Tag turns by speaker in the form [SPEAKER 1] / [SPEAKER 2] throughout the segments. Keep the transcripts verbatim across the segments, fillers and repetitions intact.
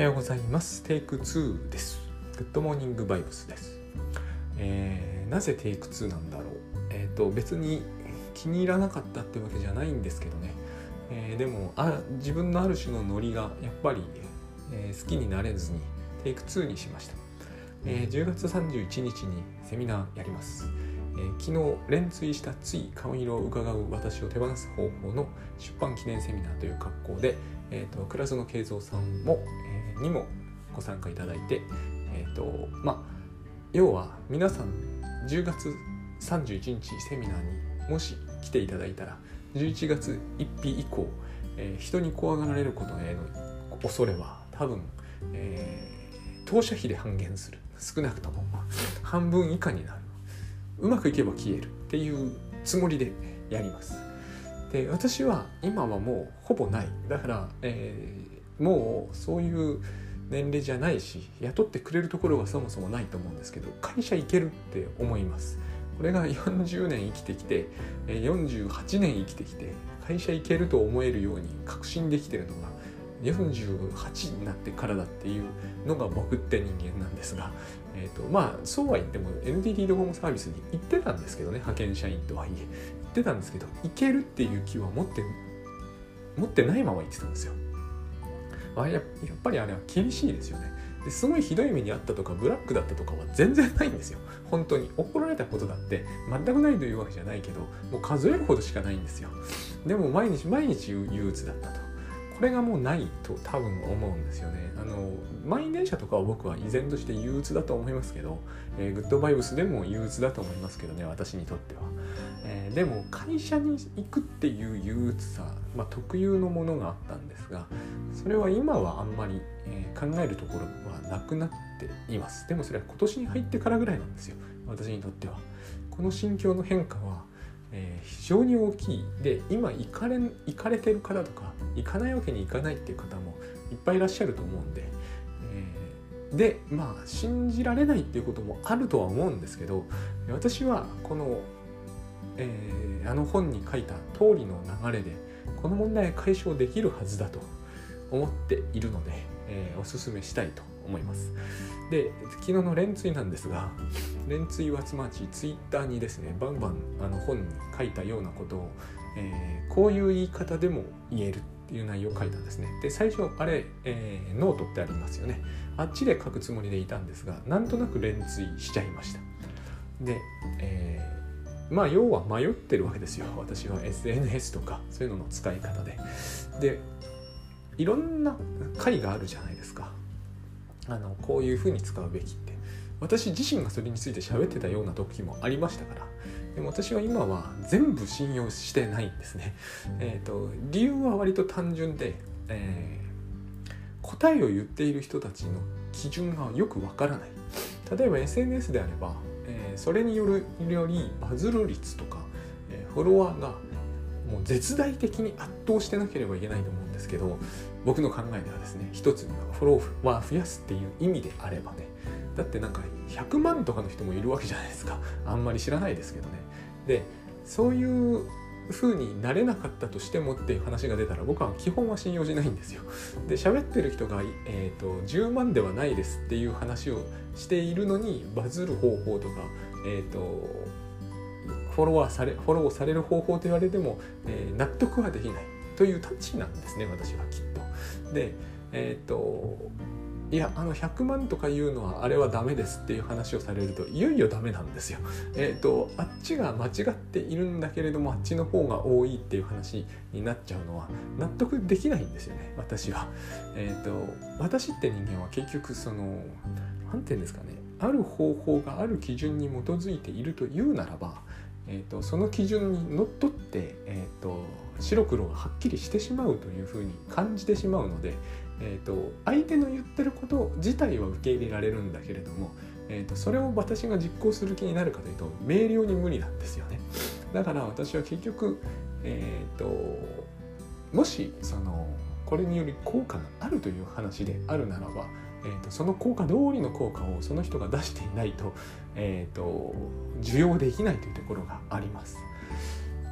[SPEAKER 1] ようございます。テイクツーです。グッドモーニングバイブスです。えー、なぜテイクツーなんだろう。えっと別に気に入らなかったってわけじゃないんですけどね。えー、でもあ自分のある種のノリがやっぱり、えー、好きになれずにテイクツーにしました。えー、じゅうがつさんじゅういちにちにセミナーやります。えー、昨日連追したつい顔色を伺う私を手放す方法の出版記念セミナーという格好で、えー、とクラスの慶三さんも、えー、にもご参加いただいて、えーとまあ、要は皆さんじゅうがつさんじゅういちにちセミナーにもし来ていただいたらじゅういちがつついたち以降、えー、人に怖がられることへの恐れは多分、えー、当社費で半減する。少なくとも半分以下になる。うまくいけば消えるっていうつもりでやります。で、私は今はもうほぼない。だから、えー、もうそういう年齢じゃないし、雇ってくれるところがそもそもないと思うんですけど、会社行けるって思います。これがよんじゅうねん生きてきて、よんじゅうはちねん生きてきて、会社行けると思えるように確信できてるのがよんじゅうはちになってからだっていうのが僕って人間なんですが、えーとまあ、そうは言っても エヌティーティー ドコモサービスに行ってたんですけどね、派遣社員とはいえ行ってたんですけど、行けるっていう気は持って持ってないまま行ってたんですよ。あ や, やっぱりあれは厳しいですよね。ですごいひどい目にあったとかブラックだったとかは全然ないんですよ。本当に怒られたことだって全くないというわけじゃないけど、もう数えるほどしかないんですよ。でも毎日毎日憂鬱だったと。これがもうないと多分思うんですよね。あの満員電車とかは僕は依然として憂鬱だと思いますけど、えー、グッドバイブスでも憂鬱だと思いますけどね、私にとっては。えー、でも会社に行くっていう憂鬱さ、まあ、特有のものがあったんですが、それは今はあんまり、えー、考えるところはなくなっています。でもそれは今年に入ってからぐらいなんですよ、私にとっては。この心境の変化はえー、非常に大きい。で、今行かれ、行かれてる方とか行かないわけにいかないっていう方もいっぱいいらっしゃると思うんで、えー、でまあ信じられないっていうこともあるとは思うんですけど、私はこの、えー、あの本に書いた通りの流れでこの問題は解消できるはずだと思っているので、えー、お勧めしたいと思います。で、昨日の連追なんですが、連追はつまりツイッターにですね、バンバンあの本に書いたようなことを、えー、こういう言い方でも言えるっていう内容を書いたんですね。で、最初あれ、えー、ノートってありますよね。あっちで書くつもりでいたんですが、なんとなく連追しちゃいました。で、えー、まあ要は迷ってるわけですよ。私は エスエヌエス とかそういうのの使い方で。で、いろんな回があるじゃないですか。あのこういう風に使うべきって。私自身がそれについて喋ってたような時もありましたから。でも私は今は全部信用してないんですね。えーと、理由は割と単純で、えー、答えを言っている人たちの基準がよくわからない。例えば エスエヌエス であれば、えー、それによるよりバズる率とか、えー、フォロワーがもう絶大的に圧倒してなければいけないと思うんですけど、僕の考えではですね、一つにはフォロワー増やすっていう意味であればね、だってなんかひゃくまんとかの人もいるわけじゃないですか。あんまり知らないですけどね。で、そういう風になれなかったとしてもっていう話が出たら、僕は基本は信用しないんですよ。で、喋ってる人が、えーと、じゅうまんではないですっていう話をしているのに、バズる方法とか、えーとフォロワーされ、フォローされる方法と言われても、えー、納得はできないというタッチなんですね、私はきっと。で、えっと、いや、あのひゃくまんとかいうのはあれはダメですっていう話をされると、いよいよダメなんですよ。えっと、あっちが間違っているんだけれども、あっちの方が多いっていう話になっちゃうのは納得できないんですよね、私は。えっと、私って人間は結局その、なんていうんですかね、ある方法がある基準に基づいているというならば、えーと、その基準にのっとって、えーと、白黒がはっきりしてしまうというふうに感じてしまうので、えーと、相手の言ってること自体は受け入れられるんだけれども、えーと、それを私が実行する気になるかというと明瞭に無理なんですよね。だから私は結局、えーと、もしそのこれにより効果があるという話であるならば、えーと、その効果通りの効果をその人が出していないと、えーと、受容できないというところがあります。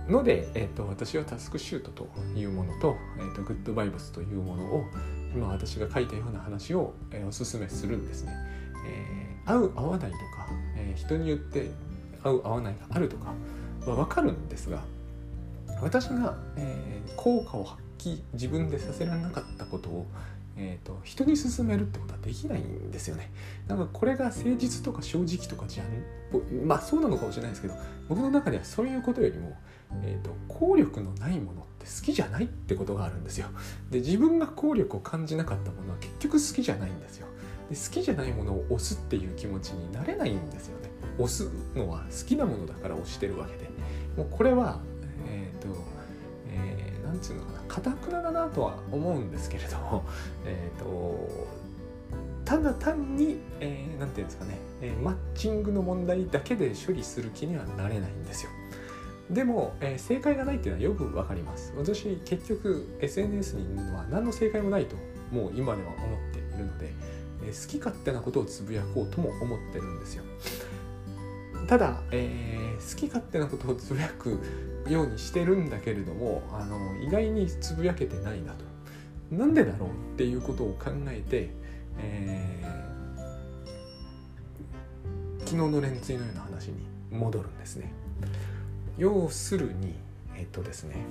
[SPEAKER 1] ので、えー、と私はタスクシュートというものと、えー、とグッドバイブスというものを今私が書いたような話を、えー、おすすめするんですね。えー、合う合わないとか、えー、人によって合う合わないがあるとかは分かるんですが、私が、えー、効果を発揮自分でさせられなかったことを、えー、と人に勧めるってことはできないんですよね。なんかこれが誠実とか正直とかじゃん、まあそうなのかもしれないですけど、僕の中ではそういうことよりも、えー、と効力のないものって好きじゃないってことがあるんですよ。で、自分が効力を感じなかったものは結局好きじゃないんですよ。で、好きじゃないものを推すっていう気持ちになれないんですよね。推すのは好きなものだから推してるわけで、もうこれはえっ、ー、と、えー、なんつうのかな、堅くなだなとは思うんですけれども、えっ、ー、とただ単に、えー、なんていうんですかね、えー、マッチングの問題だけで処理する気にはなれないんですよ。でも、えー、正解がないっていうのはよくわかります。私結局 エスエヌエス にいるのは何の正解もないともう今では思っているので、えー、好き勝手なことをつぶやこうとも思ってるんですよ。ただ、えー、好き勝手なことをつぶやくようにしてるんだけれども、あの意外につぶやけてないなと、なんでだろうっていうことを考えて、えー、昨日の連追のような話に戻るんですね。要するにえっとですね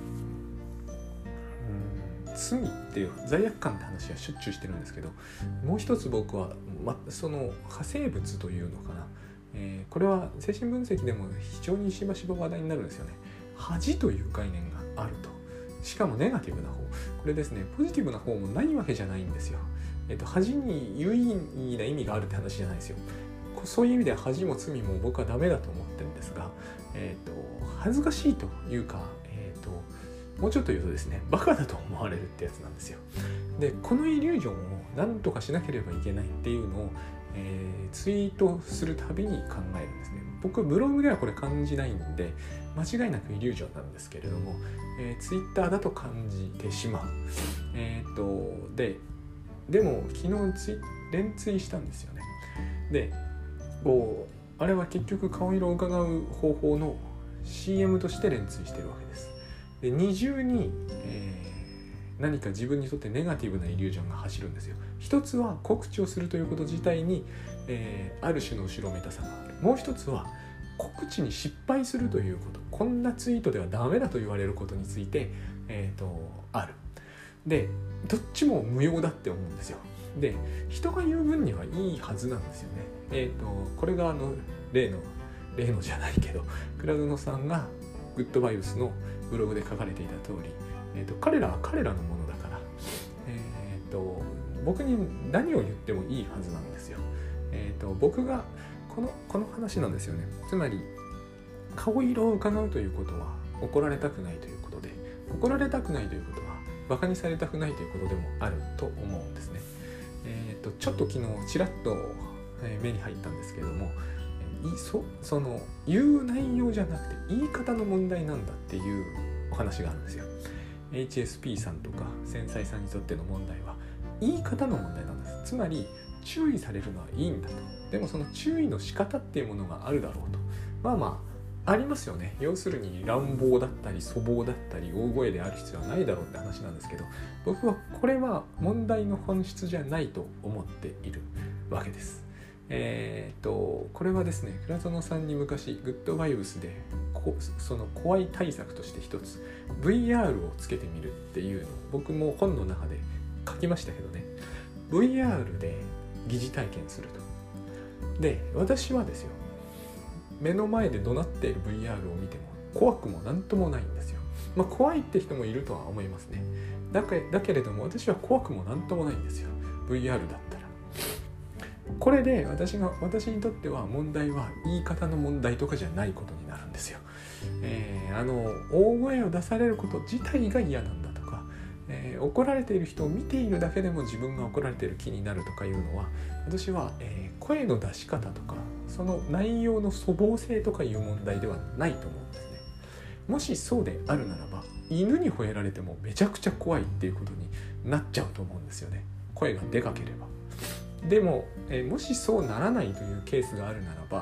[SPEAKER 1] うーん罪っていう罪悪感って話はしょっちゅうしてるんですけど、もう一つ僕は、ま、その派生物というのかな、えー、これは精神分析でも非常にしばしば話題になるんですよね。恥という概念があると。しかもネガティブな方、これですね、ポジティブな方もないわけじゃないんですよ。えっと、恥に有意義な意味があるって話じゃないですよ。そういう意味では恥も罪も僕はダメだと思ってるんですが、えっと、恥ずかしいというか、えっと、もうちょっと言うとですね、バカだと思われるってやつなんですよ。で、このイリュージョンを何とかしなければいけないっていうのを、えー、ツイートするたびに考えるんですね。僕ブログではこれ感じないんで間違いなくイリュージョンなんですけれども、えー、ツイッターだと感じてしまう。えー、っとででも昨日ツイ連ツイしたんですよね。で、こうあれは結局顔色を伺う方法の シーエム として連ツイしてるわけです。で、二重に、えー、何か自分にとってネガティブなイリュージョンが走るんですよ。一つは告知をするということ自体に、えー、ある種の後ろめたさがある。もう一つは告知に失敗するということ、こんなツイートではダメだと言われることについて、えー、とある。で、どっちも無用だって思うんですよ。で、人が言う分にはいいはずなんですよね。えー、とこれがあの例の例のじゃないけど倉園さんがグッドバイブスのブログで書かれていた通り、えー、と彼らは彼らのものだから、えー、と僕に何を言ってもいいはずなんですよ。えー、と僕がこのこの話なんですよね。つまり顔色を伺うということは怒られたくないということで、怒られたくないということはバカにされたくないということでもあると思うんですね。えー、とちょっと昨日ちらっと目に入ったんですけれども、そ, その言う内容じゃなくて言い方の問題なんだっていうお話があるんですよ。 エイチエスピー さんとか繊細さんにとっての問題は言い方の問題なんです。つまり注意されるのはいいんだと。でもその注意の仕方っていうものがあるだろうと。まあまあありますよね。要するに乱暴だったり粗暴だったり大声である必要はないだろうって話なんですけど、僕はこれは問題の本質じゃないと思っているわけです。えー、とこれはですね、倉園さんに昔グッドバイブスでこその怖い対策として一つ ブイアール をつけてみるっていうのを僕も本の中で書きましたけどね。 ブイアール で疑似体験すると。で、私はですよ、目の前で怒鳴っている ブイアール を見ても怖くもなんともないんですよ。まあ怖いって人もいるとは思いますね。だけ、だけれども私は怖くもなんともないんですよ、 ブイアール だったら。これで私が私にとっては問題は言い方の問題とかじゃないことになるんですよ。えー、あの大声を出されること自体が嫌なんだとか、えー、怒られている人を見ているだけでも自分が怒られている気になるとかいうのは、私は、えー、声の出し方とかその内容の粗暴性とかいう問題ではないと思うんですね。もしそうであるならば、犬に吠えられてもめちゃくちゃ怖いっていうことになっちゃうと思うんですよね。声がでかければ。でも、えー、もしそうならないというケースがあるならば、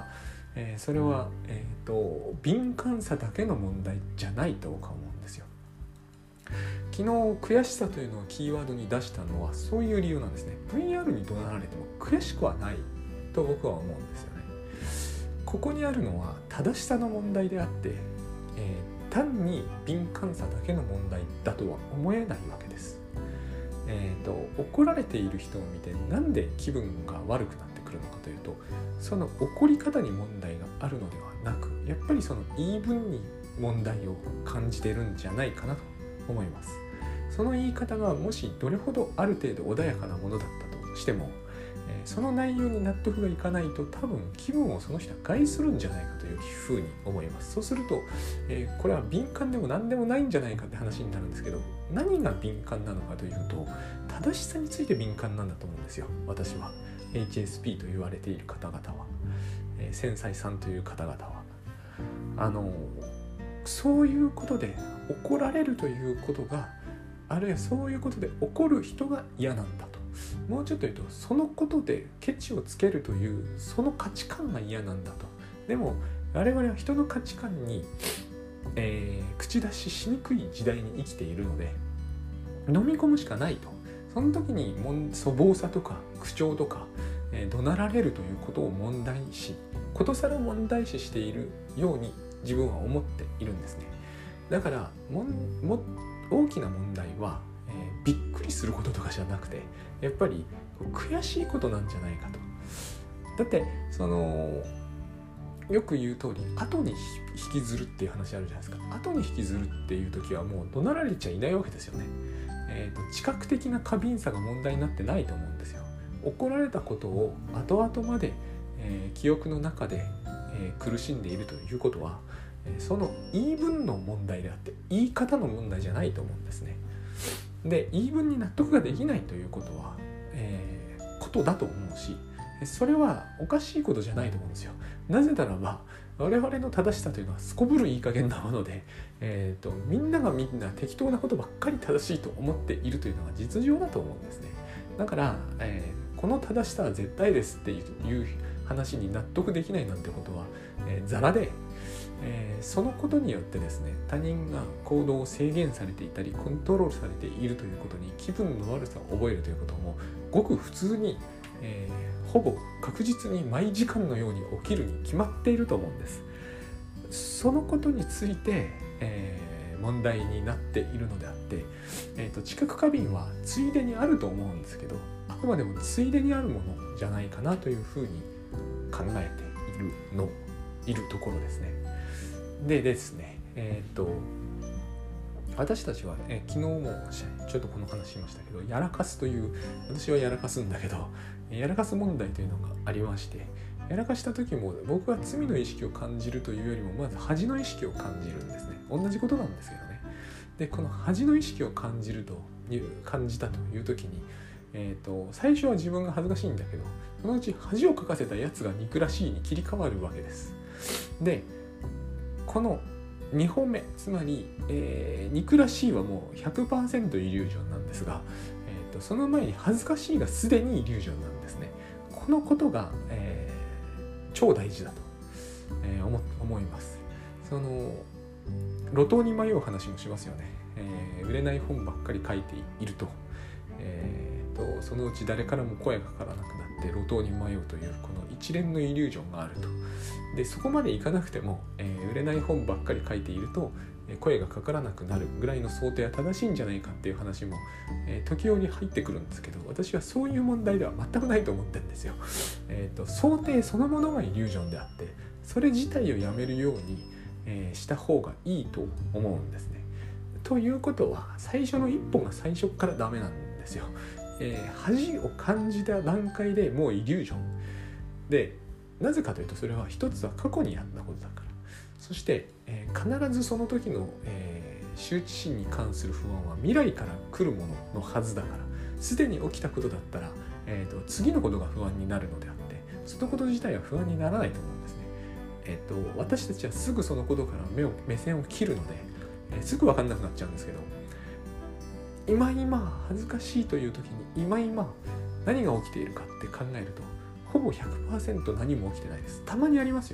[SPEAKER 1] えー、それは、えーと、敏感さだけの問題じゃないと僕は思うんですよ。昨日悔しさというのをキーワードに出したのはそういう理由なんですね。 ブイアール に怒鳴られても悔しくはないと僕は思うんですよね。ここにあるのは正しさの問題であって、えー、単に敏感さだけの問題だとは思えないわけです。えーと、怒られている人を見てなんで気分が悪くなってくるのかというと、その怒り方に問題があるのではなく、やっぱりその言い分に問題を感じてるんじゃないかなと思います。その言い方がもしどれほどある程度穏やかなものだったとしても、えー、その内容に納得がいかないと多分気分をその人は害するんじゃないかというふうに思います。そうすると、えー、これは敏感でも何でもないんじゃないかって話になるんですけど、何が敏感なのかというと正しさについて敏感なんだと思うんですよ。私は エイチエスピー と言われている方々は、えー、繊細さんという方々はあのそういうことで怒られるということが、あるいはそういうことで怒る人が嫌なんだと、もうちょっと言うとそのことでケチをつけるというその価値観が嫌なんだと。でも我々は人の価値観に、えー、口出ししにくい時代に生きているので飲み込むしかないと。その時に粗暴さとか口調とか、えー、怒鳴られるということを問題視、ことさら問題視しているように自分は思っているんですね。だからもも大きな問題は、えー、びっくりすることとかじゃなくて、やっぱり悔しいことなんじゃないかと。だってそのよく言う通り後に引きずるっていう話あるじゃないですか。後に引きずるっていう時はもう怒鳴られちゃいないわけですよね。えーと、知覚的な過敏さが問題になってないと思うんですよ。怒られたことを後々まで、えー、記憶の中で、えー、苦しんでいるということは、その言い分の問題であって言い方の問題じゃないと思うんですね。で、言い分に納得ができないということは、えー、ことだと思うし、それはおかしいことじゃないと思うんですよ。なぜならば我々の正しさというのはすこぶるいい加減なもので、えーと、みんながみんな適当なことばっかり正しいと思っているというのが実情だと思うんですね。だから、えー、この正しさは絶対ですっていう話に納得できないなんてことは、えー、ザラで、えー、そのことによってですね、他人が行動を制限されていたりコントロールされているということに気分の悪さを覚えるということもごく普通に、えー、ほぼ確実に毎時間のように起きるに決まっていると思うんです。そのことについて、えー、問題になっているのであって、えーと、知覚過敏はついでにあると思うんですけど、あくまでもついでにあるものじゃないかなというふうに考えているのいるところですね。でですね、えっ、ー、と私たちは、えー、昨日もちょっとこの話しましたけど、やらかすという、私はやらかすんだけど、やらかす問題というのがありまして、やらかした時も僕は罪の意識を感じるというよりもまず恥の意識を感じるんですね。同じことなんですけどね。で、この恥の意識を感じるという感じたという時に、えーと、最初は自分が恥ずかしいんだけど、そのうち恥をかかせたやつが憎らしいに切り替わるわけです。で、このにほんめ、つまり、えー、憎らしいはもう ひゃくパーセント イリュージョンなんですが、えーと、その前に恥ずかしいがすでにイリュージョンなんですね。このことが、えー、超大事だと、えー、思, 思います。その路頭に迷う話もしますよね。えー、売れない本ばっかり書いていると、えーと、そのうち誰からも声がかからなくなって路頭に迷うというこの一連のイリュージョンがあると。で、そこまでいかなくても、えー、売れない本ばっかり書いていると、えー、声がかからなくなるぐらいの想定は正しいんじゃないかっていう話も、えー、時折入ってくるんですけど、私はそういう問題では全くないと思ってるんですよ。えーと、想定そのものがイリュージョンであって、それ自体をやめるように、えー、した方がいいと思うんですね。ということは最初の一歩が最初からダメなんですよ。えー、恥を感じた段階でもうイリュージョンで、なぜかというとそれは一つは過去にやったことだから、そして、えー、必ずその時の、えー、羞恥心に関する不安は未来から来るもののはずだから、すでに起きたことだったら、えーと、次のことが不安になるのであって、そのこと自体は不安にならないと思うんですね。えーと、私たちはすぐそのことから目を目線を切るので、えー、すぐ分かんなくなっちゃうんですけど、今今恥ずかしいという時に今今何が起きているかって考えると、ほぼ ひゃくパーセント 何も起きてないです。たまにありますよ。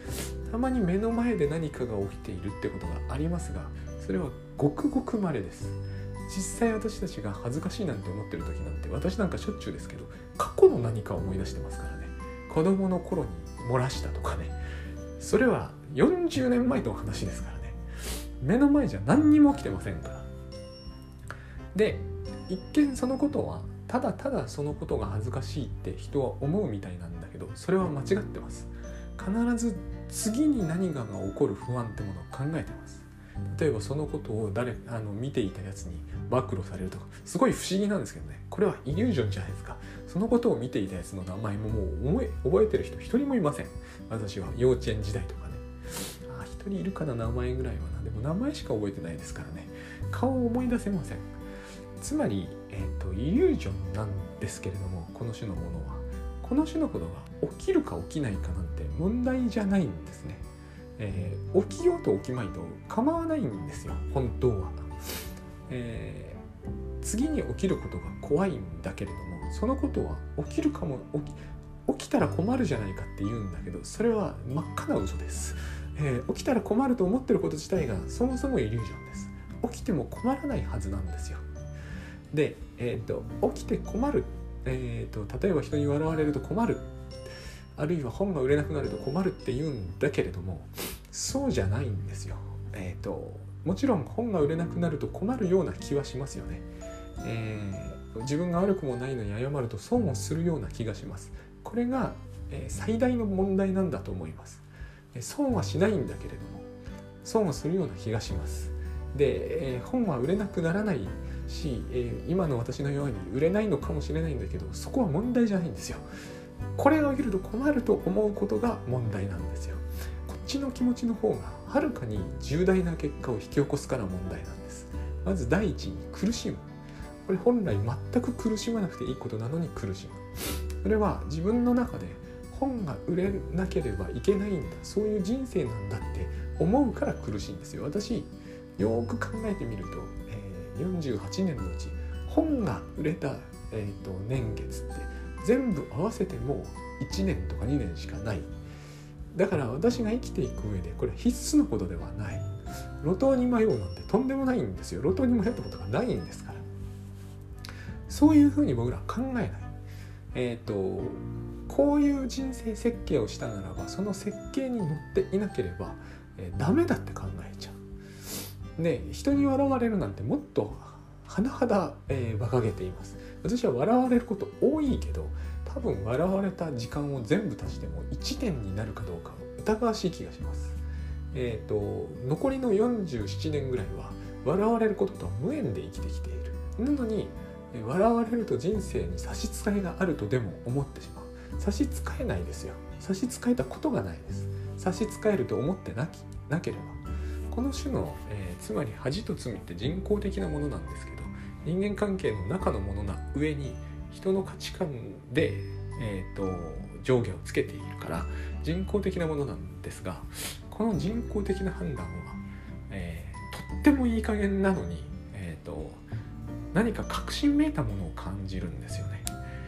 [SPEAKER 1] たまに目の前で何かが起きているってことがありますが、それはごくごく稀です。実際私たちが恥ずかしいなんて思ってる時なんて、私なんかしょっちゅうですけど、過去の何かを思い出してますからね。子供の頃に漏らしたとかね、それはよんじゅうねんまえの話ですからね。目の前じゃ何にも起きてませんから。で、一見そのことはただただそのことが恥ずかしいって人は思うみたいなんだけど、それは間違ってます。必ず次に何かが起こる不安ってものを考えてます。例えばそのことを誰あの見ていたやつに暴露されるとか、すごい不思議なんですけどね、これはイリュージョンじゃないですか。そのことを見ていたやつの名前ももう覚え覚えてる人一人もいません。私は幼稚園時代とかね、あ一人いるかな、名前ぐらいはな。でも名前しか覚えてないですからね、顔を思い出せません。つまり、えーと、イリュージョンなんですけれども、この種のものはこの種のことが起きるか起きないかなんて問題じゃないんですね。えー、起きようと起きまいと構わないんですよ、本当は。えー、次に起きることが怖いんだけれども、そのことは起きるかも起き、起きたら困るじゃないかって言うんだけど、それは真っ赤な嘘です。えー、起きたら困ると思ってること自体がそもそもイリュージョンです。起きても困らないはずなんですよ。で、えーと、起きて困る、えーと、例えば人に笑われると困る、あるいは本が売れなくなると困るって言うんだけれども、そうじゃないんですよ。えーと、もちろん本が売れなくなると困るような気はしますよね。えー、自分が悪くもないのに謝ると損をするような気がします。これが、えー、最大の問題なんだと思います。損はしないんだけれども損をするような気がします。で、えー、本は売れなくならないし、えー、今の私のように売れないのかもしれないんだけど、そこは問題じゃないんですよ。これが起きると困ると思うことが問題なんですよ。こっちの気持ちの方がはるかに重大な結果を引き起こすから問題なんです。まず第一に苦しむ。これ本来全く苦しまなくていいことなのに苦しむ。それは自分の中で本が売れなければいけないんだ、そういう人生なんだって思うから苦しいんですよ。私よく考えてみると、えー、よんじゅうはちねんのうち本が売れた、えー、と年月って全部合わせてもいちねんとかにねんしかない。だから私が生きていく上でこれ必須のことではない。路頭に迷うなんてとんでもないんですよ。路頭に迷ったことがないんですから。そういうふうに僕ら考えない。えっとこういう人生設計をしたならば、その設計に乗っていなければ、えー、ダメだって考えちゃう。で、人に笑われるなんてもっと甚だ、えー、馬鹿げています。私は笑われること多いけど、多分笑われた時間を全部足してもいちねんになるかどうか疑わしい気がします。えっと残りのよんじゅうななねんぐらいは笑われることとは無縁で生きてきている。なのに笑われると人生に差し支えがあるとでも思ってしまう。差し支えないですよ。差し支えたことがないです。差し支えると思ってなきなければ、この種の、えー、つまり恥と罪って人工的なものなんですけど、人間関係の中のものな上に人の価値観で、えー、と上下をつけているから人工的なものなんですが、この人工的な判断は、えー、とってもいい加減なのに、えー、と何か確信めいたものを感じるんですよね。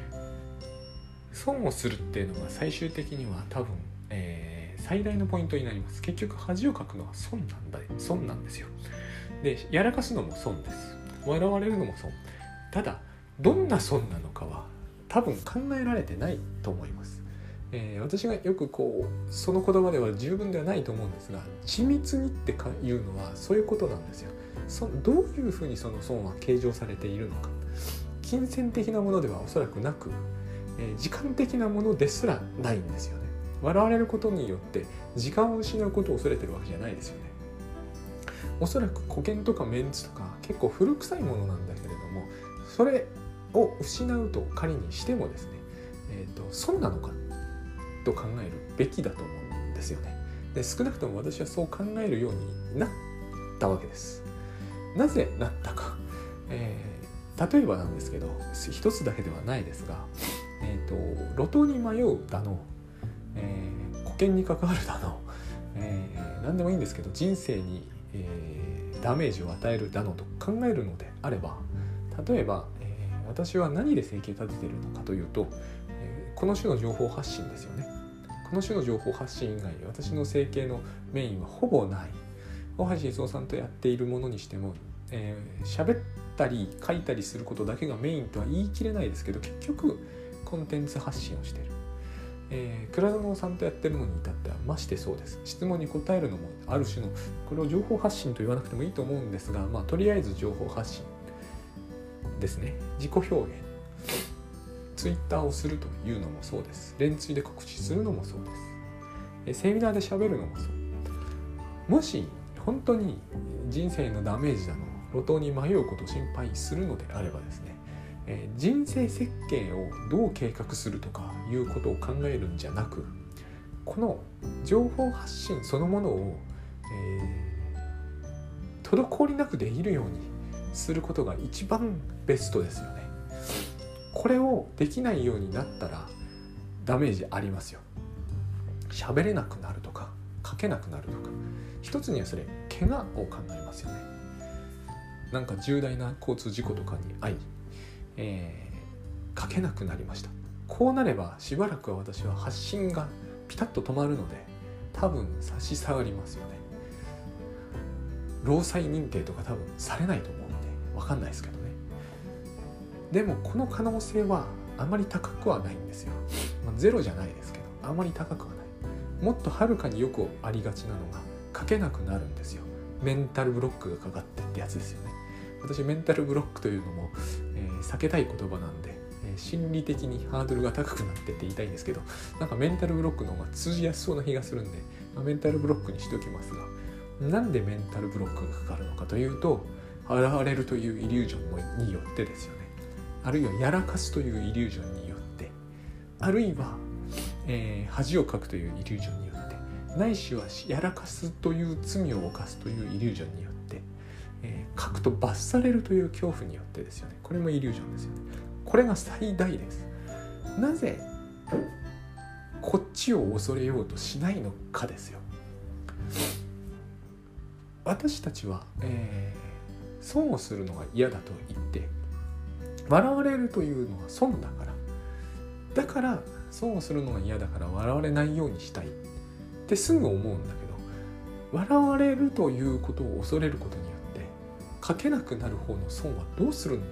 [SPEAKER 1] 損をするっていうのが最終的には多分、えー、最大のポイントになります。結局恥をかくのは損なんだ損なんですよ。で、やらかすのも損です。笑われるのも損。ただどんな損なのかは多分考えられてないと思います。えー、私がよくこうその言葉では十分ではないと思うんですが、緻密にっていうのはそういうことなんですよ。そどういうふうにその損は計上されているのか。金銭的なものではおそらくなく、えー、時間的なものですらないんですよね。笑われることによって時間を失うことを恐れてるわけじゃないですよね。おそらく古見とかメンツとか結構古臭いものなんだけれども、それを失うと仮にしてもですね、えーと、損なのかと考えるべきだと思うんですよね。で、少なくとも私はそう考えるようになったわけです。なぜなったか、えー、例えばなんですけど、一つだけではないですが、えーと、路頭に迷うだの、えー、古見に関わるだの、えー、何でもいいんですけど、人生に、えー、ダメージを与えるだのと考えるのであれば、例えば、えー、私は何で生計立てているのかというと、えー、この種の情報発信ですよね。 この種の情報発信以外私の生計のメインはほぼない。大橋逸夫さんとやっているものにしても、えー、喋ったり書いたりすることだけがメインとは言い切れないですけど、結局コンテンツ発信をしている。えー、倉園さんとやってるのに至ってはましてそうです。質問に答えるのもある種の、これを情報発信と言わなくてもいいと思うんですが、まあ、とりあえず情報発信ですね。自己表現、ツイッターをするというのもそうです。連ツイで告知するのもそうです。えセミナーで喋るのもそう。もし本当に人生のダメージだの路頭に迷うことを心配するのであればですね、えー、人生設計をどう計画するとかいうことを考えるんじゃなく、この情報発信そのものを、えー、滞りなくできるようにすることが一番ベストですよね。これをできないようになったらダメージありますよ。喋れなくなるとか書けなくなるとか、一つにはそれ怪我を考えますよね。なんか重大な交通事故とかに遭い、えー、書けなくなりました。こうなればしばらくは私は発信がピタッと止まるので、多分差し障りますよね。労災認定とか多分されないと思うんで分かんないですけどね。でもこの可能性はあまり高くはないんですよ。まあ、ゼロじゃないですけどあまり高くはない。もっとはるかによくありがちなのが書けなくなるんですよ。メンタルブロックがかかってってやつですよね。私メンタルブロックというのも、えー、避けたい言葉なんで、えー、心理的にハードルが高くなってって言いたいんですけど、なんかメンタルブロックの方が通じやすそうな気がするんで、まあ、メンタルブロックにしておきますが、なんでメンタルブロックがかかるのかというと、現れるというイリュージョンによってですよね。あるいはやらかすというイリュージョンによって、あるいは、えー、恥をかくというイリュージョンによって、ないしはやらかすという罪を犯すというイリュージョンによって、えー、書くと罰されるという恐怖によってですよね。これもイリュージョンですよね。これが最大です。なぜこっちを恐れようとしないのかですよ。私たちは、えー、損をするのが嫌だと言って笑われるというのは損だから、だから損をするのが嫌だから笑われないようにしたいってすぐ思うんだけど、笑われるということを恐れることによって書けなくなる方の損はどうするん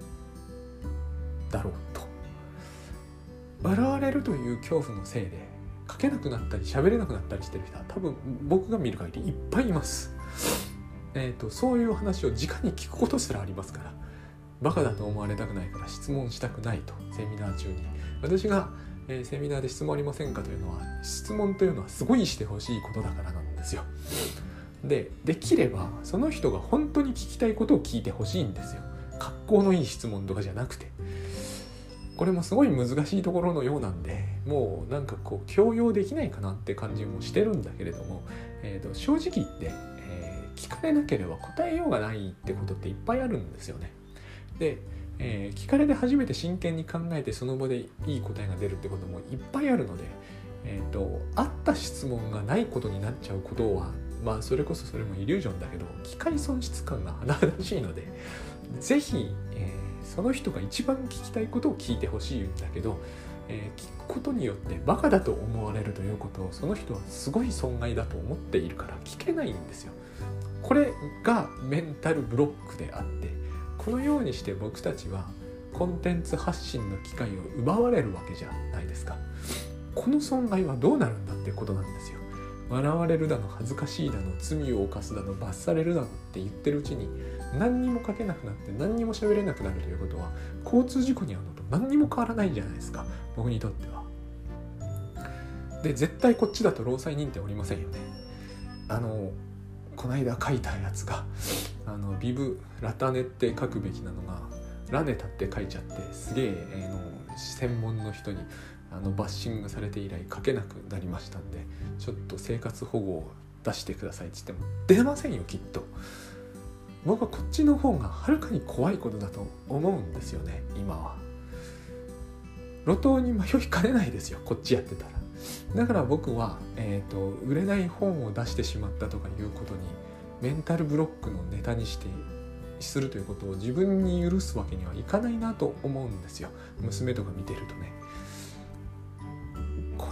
[SPEAKER 1] だろうと。笑われるという恐怖のせいで書けなくなったり喋れなくなったりしてる人は多分僕が見る限りいっぱいいます。えーと、そういう話を直に聞くことすらありますから、バカだと思われたくないから質問したくないと。セミナー中に私が、えー、セミナーで質問ありませんかというのは、質問というのはすごいしてほしいことだからなんですよ。で、できればその人が本当に聞きたいことを聞いてほしいんですよ。格好のいい質問とかじゃなくて。これもすごい難しいところのようなんで、もうなんかこう強要できないかなって感じもしてるんだけれども、えーと、正直言って、えー、聞かれなければ答えようがないってことっていっぱいあるんですよね。で、えー、聞かれて初めて真剣に考えてその場でいい答えが出るってこともいっぱいあるので、えーと、あった質問がないことになっちゃうことは、まあそれこそそれもイリュージョンだけど機械損失感が甚だしいので、ぜひ、えーその人が一番聞きたいことを聞いてほしいんだけど、えー、聞くことによってバカだと思われるということをその人はすごい損害だと思っているから聞けないんですよ。これがメンタルブロックであって、このようにして僕たちはコンテンツ発信の機会を奪われるわけじゃないですか。この損害はどうなるんだってことなんですよ。笑われるだの恥ずかしいだの罪を犯すだの罰されるだのって言ってるうちに何にも書けなくなって何にも喋れなくなるということは、交通事故に遭うのと何にも変わらないんじゃないですか、僕にとっては。で、絶対こっちだと労災認定おりませんよね。あのこの間書いたやつがあのビブラタネって書くべきなのがラネタって書いちゃって、すげえ、えー、の専門の人にあのバッシングされて以来書けなくなりましたんで、ちょっと生活保護を出してくださいって言っても出ませんよ、きっと。僕はこっちの方がはるかに怖いことだと思うんですよね。今は路頭に迷いかねないですよ、こっちやってたら。だから僕は、えーと、売れない本を出してしまったとかいうことにメンタルブロックのネタにしてするということを自分に許すわけにはいかないなと思うんですよ。娘とか見てるとね、こ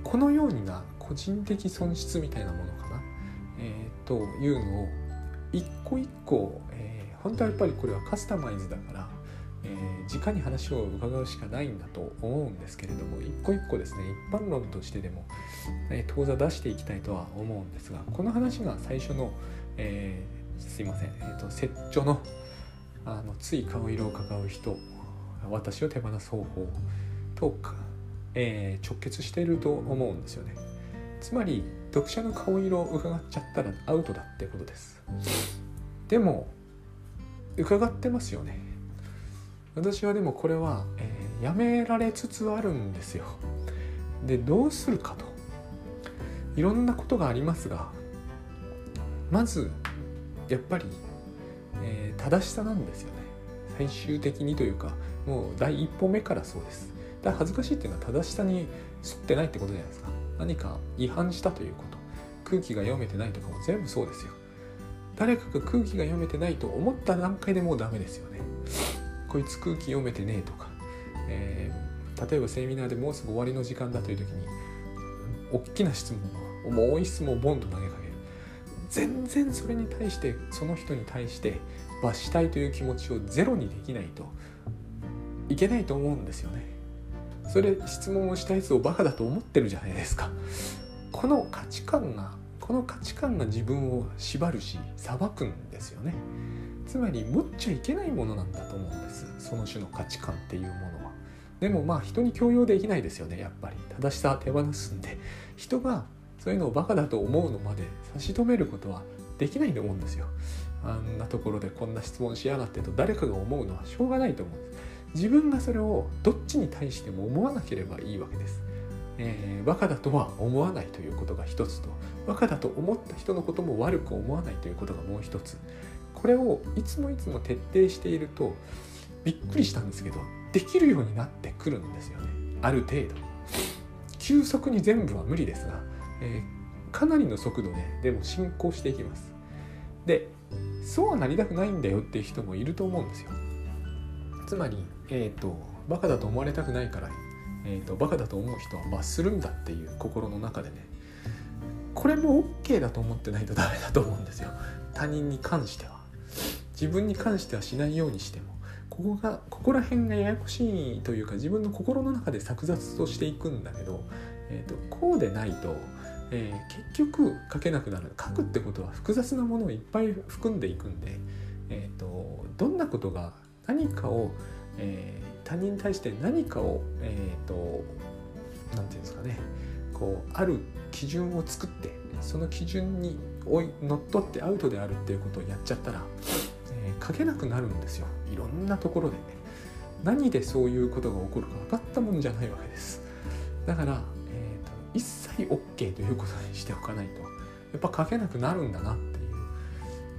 [SPEAKER 1] このような個人的損失みたいなものかな、えー、というのを一個一個、えー、本当はやっぱりこれはカスタマイズだから、えー、直に話を伺うしかないんだと思うんですけれども、一個一個ですね、一般論としてでも、えー、当座出していきたいとは思うんですが、この話が最初の、えー、すいません、えー、と折衷のあのつい顔色を伺う人、私を手放す方法とか、えー、直結していると思うんですよね。つまり読者の顔色を伺っちゃったらアウトだってことです。でも伺ってますよね。私はでもこれは、えー、やめられつつあるんですよ。でどうするかと、いろんなことがありますが、まずやっぱり、えー、正しさなんですよね。最終的にというか、もう第一歩目からそうです。だから恥ずかしいっていうのは正しさに沿ってないってことじゃないですか。何か違反したということ、空気が読めてないとかも全部そうですよ。誰かが空気が読めてないと思った段階でもうダメですよね。こいつ空気読めてねえとか、えー、例えばセミナーでもうすぐ終わりの時間だという時に大きな質問を重い質問をボンと投げかける。全然それに対してその人に対して罰したいという気持ちをゼロにできないといけないと思うんですよね。それ質問をしたやつをバカだと思ってるじゃないですか。この価値観がこの価値観が自分を縛るし裁くんですよね。つまり持っちゃいけないものなんだと思うんです、その種の価値観っていうものは。でもまあ人に強要できないですよね。やっぱり正しさは手放すんで、人がそういうのをバカだと思うのまで差し止めることはできないと思うんですよ。あんなところでこんな質問しやがってと誰かが思うのはしょうがないと思うんです。自分がそれをどっちに対しても思わなければいいわけです。えー、バカだとは思わないということが一つと、バカだと思った人のことも悪く思わないということがもう一つ。これをいつもいつも徹底していると、びっくりしたんですけどできるようになってくるんですよね。ある程度急速に全部は無理ですが、えー、かなりの速度ででも進行していきます。でそうはなりたくないんだよっていう人もいると思うんですよ。つまり、えーと、バカだと思われたくないから、えーと、バカだと思う人は罰するんだっていう心の中でね、これも OK だと思ってないとダメだと思うんですよ。他人に関しては。自分に関してはしないようにしても、ここがここら辺がややこしいというか、自分の心の中で錯雑としていくんだけど、えーと、こうでないと、えー、結局書けなくなる。書くってことは複雑なものをいっぱい含んでいくんで、えーと、どんなことが何かを、えー、他人に対して何かを、えーと、なんていうんですかね、こうある基準を作って、その基準にのっとってアウトであるっていうことをやっちゃったら、えー、書けなくなるんですよ。いろんなところで、ね、何でそういうことが起こるか分かったもんじゃないわけです。だから、えーと、一切 OK ということにしておかないとやっぱ書けなくなるんだなっていう。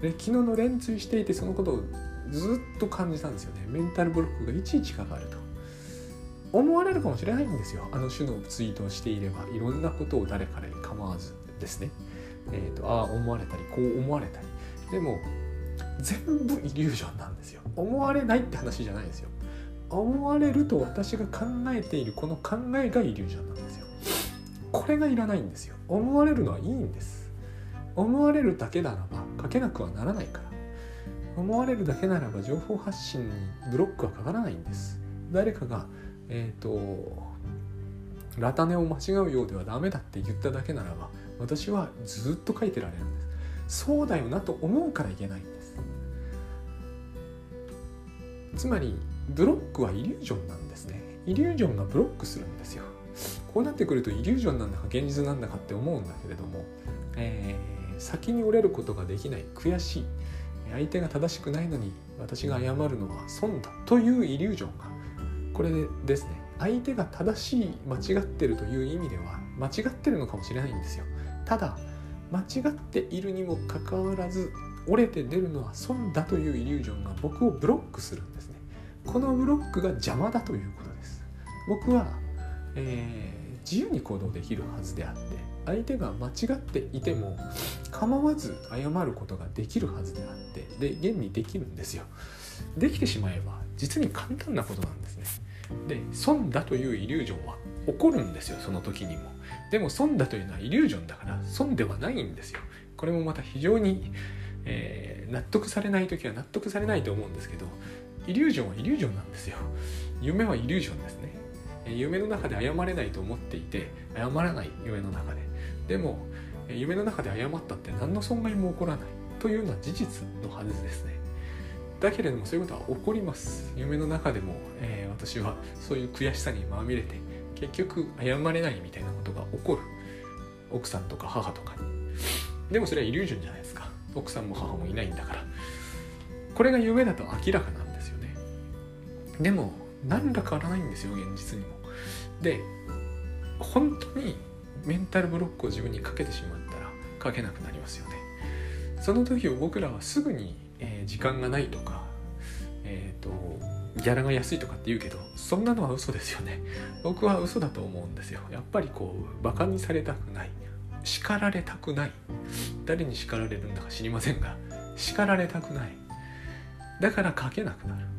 [SPEAKER 1] で昨日の連追していてそのことをずっと感じたんですよね。メンタルブロックがいちいちかかると思われるかもしれないんですよ。あの種のツイートをしていれば、いろんなことを誰からに構わずですね、えーと、ああ思われたりこう思われたり、でも全部イリュージョンなんですよ。思われないって話じゃないですよ。思われると私が考えているこの考えがイリュージョンなんですよ。これがいらないんですよ。思われるのはいいんです。思われるだけならば書けなくはならないから。思われるだけならば情報発信にブロックはかからないんです。誰かがえっとラタネを間違うようではダメだって言っただけならば、私はずっと書いてられるんです。そうだよなと思うからいけないんです。つまりブロックはイリュージョンなんですね。イリュージョンがブロックするんですよ。こうなってくるとイリュージョンなんだか現実なんだかって思うんだけれども、えー、先に折れることができない、悔しい、相手が正しくないのに私が謝るのは損だというイリュージョンが、これですね、相手が正しい間違ってるという意味では間違ってるのかもしれないんですよ。ただ間違っているにもかかわらず折れて出るのは損だというイリュージョンが僕をブロックするんですね。このブロックが邪魔だということです。僕は、えー、自由に行動できるはずであって、相手が間違っていても構わず謝ることができるはずであって、で現にできるんですよ。できてしまえば実に簡単なことなんですね。で損だというイリュージョンは、 怒るんですよ、その時にも。でも損だというのはイリュージョンだから損ではないんですよ。これもまた非常に、えー、納得されない時は納得されないと思うんですけど、イリュージョンはイリュージョンなんですよ。夢はイリュージョンですね。えー、夢の中で謝れないと思っていて謝らない、夢の中で。でも、えー、夢の中で謝ったって何の損害も起こらないというのは事実のはずですね。だけれどもそういうことは起こります。夢の中でも、えー、私はそういう悔しさにまみれて結局謝れないみたいなことが起こる。奥さんとか母とかに。でもそれはイリュージョンじゃないですか。奥さんも母もいないんだから。これが夢だと明らかなんですよね。でも何ら変わらないんですよ、現実にも。で、本当にメンタルブロックを自分にかけてしまったらかけなくなりますよね。その時を僕らはすぐに、えー、時間がないとか、えーと、ギャラが安いとかって言うけど、そんなのは嘘ですよね。僕は嘘だと思うんですよ。やっぱりこうバカにされたくない、叱られたくない。誰に叱られるんだか知りませんが、叱られたくない。だから書けなくなる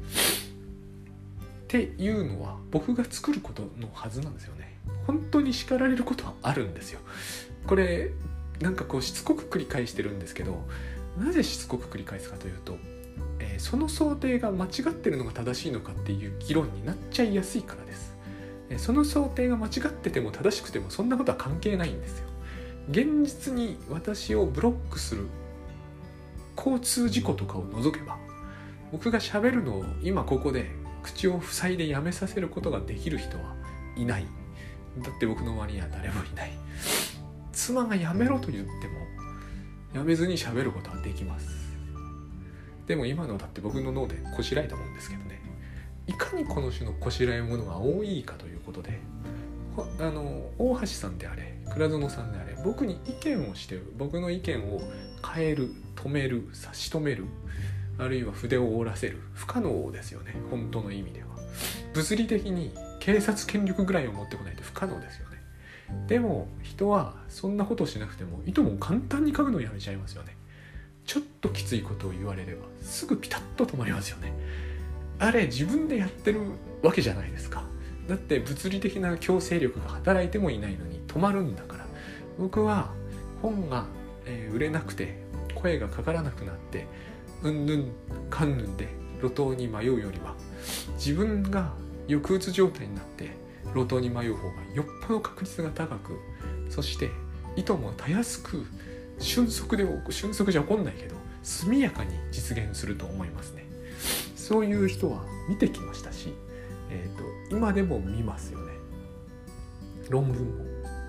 [SPEAKER 1] っていうのは僕が作ることのはずなんですよね。本当に叱られることはあるんですよ。これなんかこうしつこく繰り返してるんですけど、なぜしつこく繰り返すかというと、えー、その想定が間違ってるのが正しいのかっていう議論になっちゃいやすいからです。えー、その想定が間違ってても正しくてもそんなことは関係ないんですよ。現実に私をブロックする交通事故とかを除けば、僕が喋るのを今ここで口を塞いでやめさせることができる人はいない。だって僕の周りには誰もいない。妻がやめろと言ってもやめずに喋ることはできます。でも今のだって僕の脳でこしらえたもんですけどね。いかにこの種のこしらえものが多いかということで、あの大橋さんであれ倉園さんであれ、僕に意見をして僕の意見を変える、止める、差し止める、あるいは筆を折らせる、不可能ですよね。本当の意味では物理的に警察権力ぐらいを持ってこないと不可能ですよね。でも人はそんなことをしなくてもいとも簡単に書くのをやめちゃいますよね。ちょっときついことを言われればすぐピタッと止まりますよね。あれ自分でやってるわけじゃないですか。だって物理的な強制力が働いてもいないのに止まるんだから。僕は本が、えー、売れなくて声がかからなくなってうんぬんかんぬんで路頭に迷うよりは、自分が抑うつ状態になって路頭に迷う方がよっぽど確率が高く、そしていともたやすく瞬足で瞬足じゃ起こんないけど速やかに実現すると思いますね。そういう人は見てきましたし、えーと、今でも見ますよね。論文も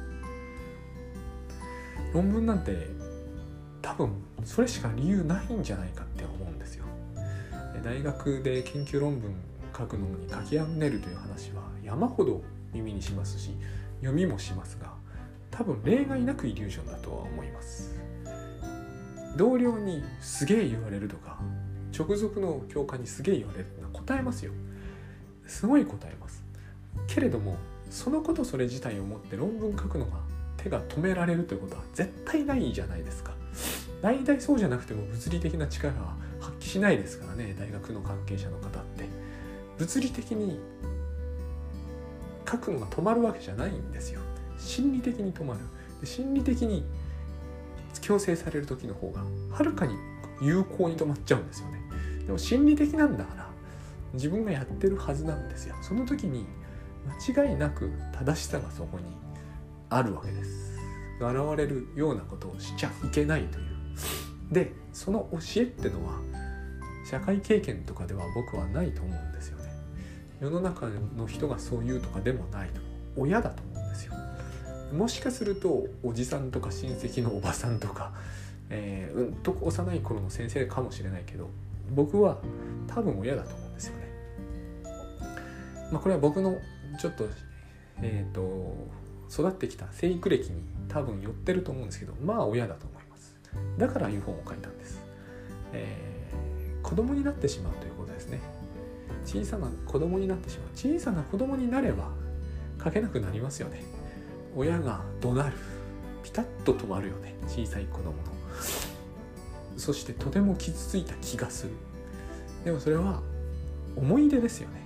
[SPEAKER 1] 論文なんて多分それしか理由ないんじゃないかって思うんですよ。大学で研究論文書くのに書き上げるという話は山ほど耳にしますし読みもしますが、多分例外なくイリュージョンだとは思います。同僚にすげえ言われるとか直属の教官にすげえ言われるのは答えますよ。すごい答えます。けれどもそのことそれ自体をもって論文書くのが手が止められるということは絶対ないじゃないですか。大体そうじゃなくても物理的な力は発揮しないですからね。大学の関係者の方って物理的に書くのが止まるわけじゃないんですよ。心理的に止まる。で心理的に強制される時の方がはるかに有効に止まっちゃうんですよね。でも心理的なんだから自分がやってるはずなんですよ。その時に間違いなく正しさがそこにあるわけです。現れるようなことをしちゃいけないという。でその教えってのは社会経験とかでは僕はないと思うんですよね。世の中の人がそう言うとかでもないと、親だと思うんですよ。もしかするとおじさんとか親戚のおばさんとか、えー、うんと幼い頃の先生かもしれないけど、僕は多分親だと思うんですよね。まあ、これは僕のちょっとえっと育ってきた生育歴に多分寄ってると思うんですけど、まあ親だと思います。だからいう本を書いたんです。えー、子供になってしまうということですね。小さな子供になってしまう。小さな子供になれば書けなくなりますよね。親が怒鳴る。ピタッと止まるよね。小さい子供の。そしてとても傷ついた気がする。でもそれは思い出ですよね。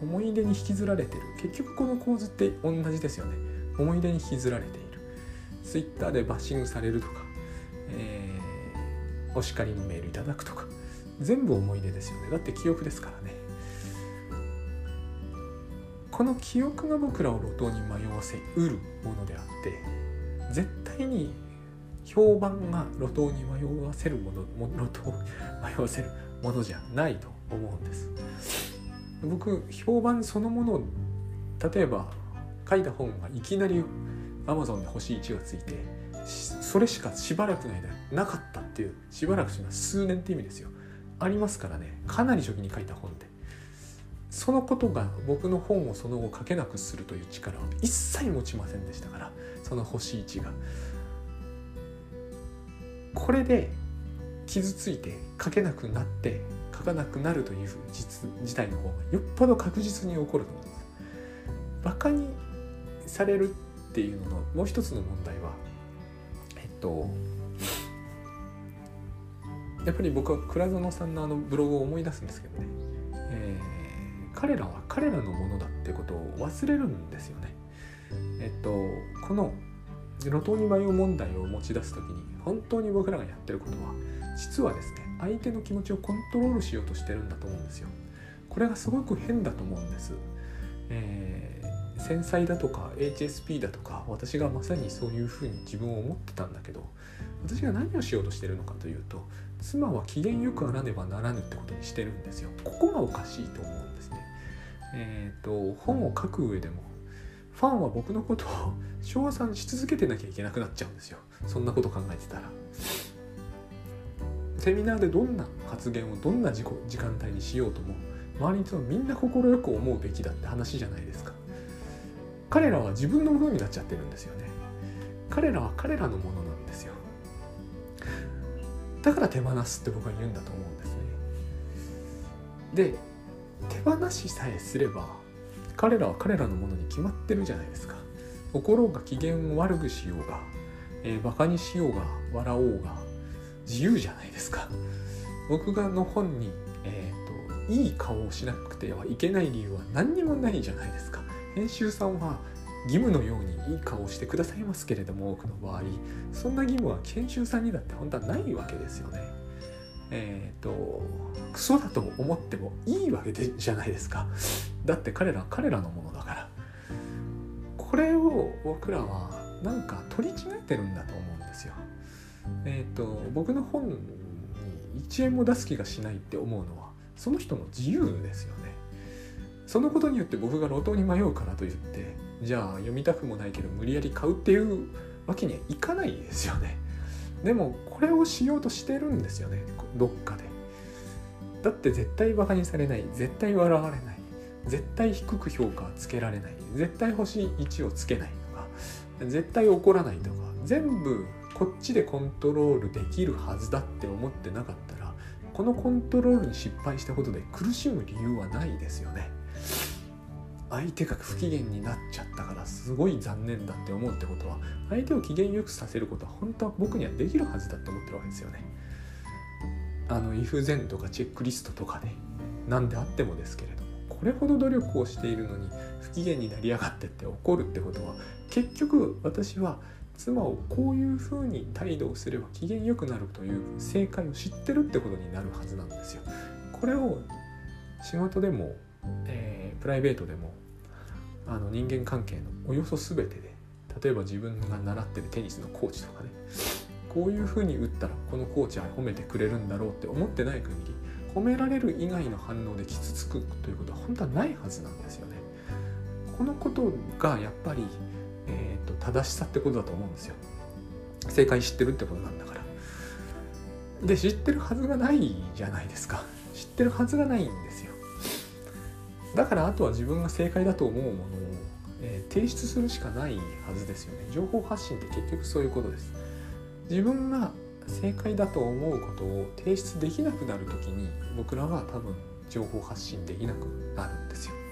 [SPEAKER 1] 思い出に引きずられてる。結局この構図って同じですよね。思い出に引きずられている。ツイッターでバッシングされるとか、えー、お叱りのメールいただくとか、全部思い出ですよね。だって記憶ですからね。この記憶が僕らを路頭に迷わせうるものであって、絶対に評判が路頭に迷わせるもの、路頭に迷わせるものじゃないと思うんです。僕、評判そのものを、例えば書いた本がいきなり Amazon で星いちがついて、それしかしばらくの間なかったっていう、しばらくというのは数年って意味ですよ。ありますからね。かなり初期に書いた本で。そのことが僕の本をその後書けなくするという力は一切持ちませんでしたから、その星いちが。これで傷ついて書けなくなって書かなくなるという実事態の方がよっぽど確実に起こると思うんです。バカにされるっていうののもう一つの問題は、えっとやっぱり僕は倉園さんのあのブログを思い出すんですけどね、えー、彼らは彼らのものだってことを忘れるんですよね。えっとこの路頭に迷う問題を持ち出すときに、本当に僕らがやってることは実はですね、相手の気持ちをコントロールしようとしてるんだと思うんですよ。これがすごく変だと思うんです。えー、繊細だとか エイチエスピー だとか、私がまさにそういうふうに自分を思ってたんだけど、私が何をしようとしてるのかというと、妻は機嫌よくあらねばならぬってことにしてるんですよ。ここがおかしいと思うんですね。えーと本を書く上でもファンは僕のことを称賛し続けてなきゃいけなくなっちゃうんですよ。そんなこと考えてたら。セミナーでどんな発言をどんな時間帯にしようとも、周りの人はみんな快く思うべきだって話じゃないですか。彼らは自分のものになっちゃってるんですよね。彼らは彼らのものなんですよ。だから手放すって僕は言うんだと思うんですね。で、手放しさえすれば彼らは彼らのものに決まってるじゃないですか。心が機嫌を悪くしようが、えー、バカにしようが笑おうが自由じゃないですか。僕がの本に、えーと、いい顔をしなくてはいけない理由は何にもないじゃないですか。編集さんは義務のようにいい顔をしてくださいますけれども、多くの場合そんな義務は編集さんにだって本当はないわけですよね。えーとクソだと思ってもいいわけでじゃないですか。だって彼らは彼らのものだから。これを僕らはなんか取り違えてるんだと思うんですよ。えーと僕の本にいちえんも出す気がしないって思うのはその人の自由ですよね。そのことによって僕が路頭に迷うからといってじゃあ読みたくもないけど無理やり買うっていうわけにはいかないですよね。でもこれをしようとしてるんですよね、どっかで。だって絶対バカにされない、絶対笑われない、絶対低く評価つけられない、絶対星いちをつけないとか、絶対怒らないとか、全部こっちでコントロールできるはずだって思ってなかったら、このコントロールに失敗したことで苦しむ理由はないですよね。相手が不機嫌になっちゃったからすごい残念だって思うってことは、相手を機嫌よくさせることは本当は僕にはできるはずだって思ってるわけですよね。あの if then とかチェックリストとかで何であってもですけれども、これほど努力をしているのに不機嫌になりやがってって怒るってことは、結局私は妻をこういうふうに態度をすれば機嫌よくなるという正解を知ってるってことになるはずなんですよ。これを仕事でも、えー、プライベートでもあの人間関係のおよそ全てで、例えば自分が習ってるテニスのコーチとかね、こういうふうに打ったらこのコーチは褒めてくれるんだろうって思ってない限り、褒められる以外の反応で傷つくということは本当はないはずなんですよね。このことがやっぱり、えーと、正しさってことだと思うんですよ。正解知ってるってことなんだから。で、知ってるはずがないじゃないですか。知ってるはずがないんですよ。だからあとは自分が正解だと思うものを、えー、提出するしかないはずですよね。情報発信って結局そういうことです。自分が正解だと思うことを提出できなくなるときに、僕らは多分情報発信できなくなるんですよ。